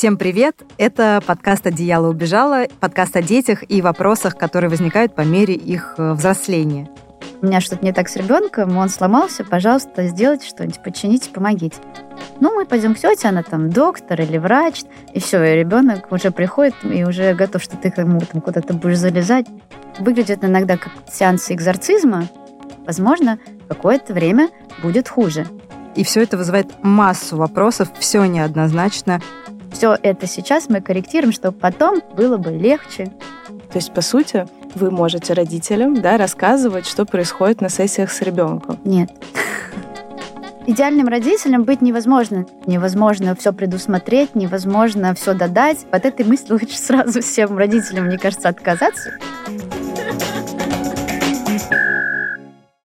Всем привет! Это подкаст «Одеяло убежало», подкаст о детях и вопросах, которые возникают по мере их взросления. У меня что-то не так с ребенком, он сломался, пожалуйста, сделайте что-нибудь, почините, помогите. Мы пойдем к тете, она там доктор или врач, и все, и ребенок уже приходит и уже готов, что ты ему там куда-то будешь залезать. Выглядит иногда как сеансы экзорцизма. Возможно, какое-то время будет хуже. И все это вызывает массу вопросов, все неоднозначно. Все это сейчас мы корректируем, чтобы потом было бы легче. То есть, по сути, вы можете родителям, рассказывать, что происходит на сессиях с ребенком. Нет. Идеальным родителем быть невозможно. Невозможно все предусмотреть, невозможно все додать. От этой мысли лучше сразу всем родителям, мне кажется, отказаться.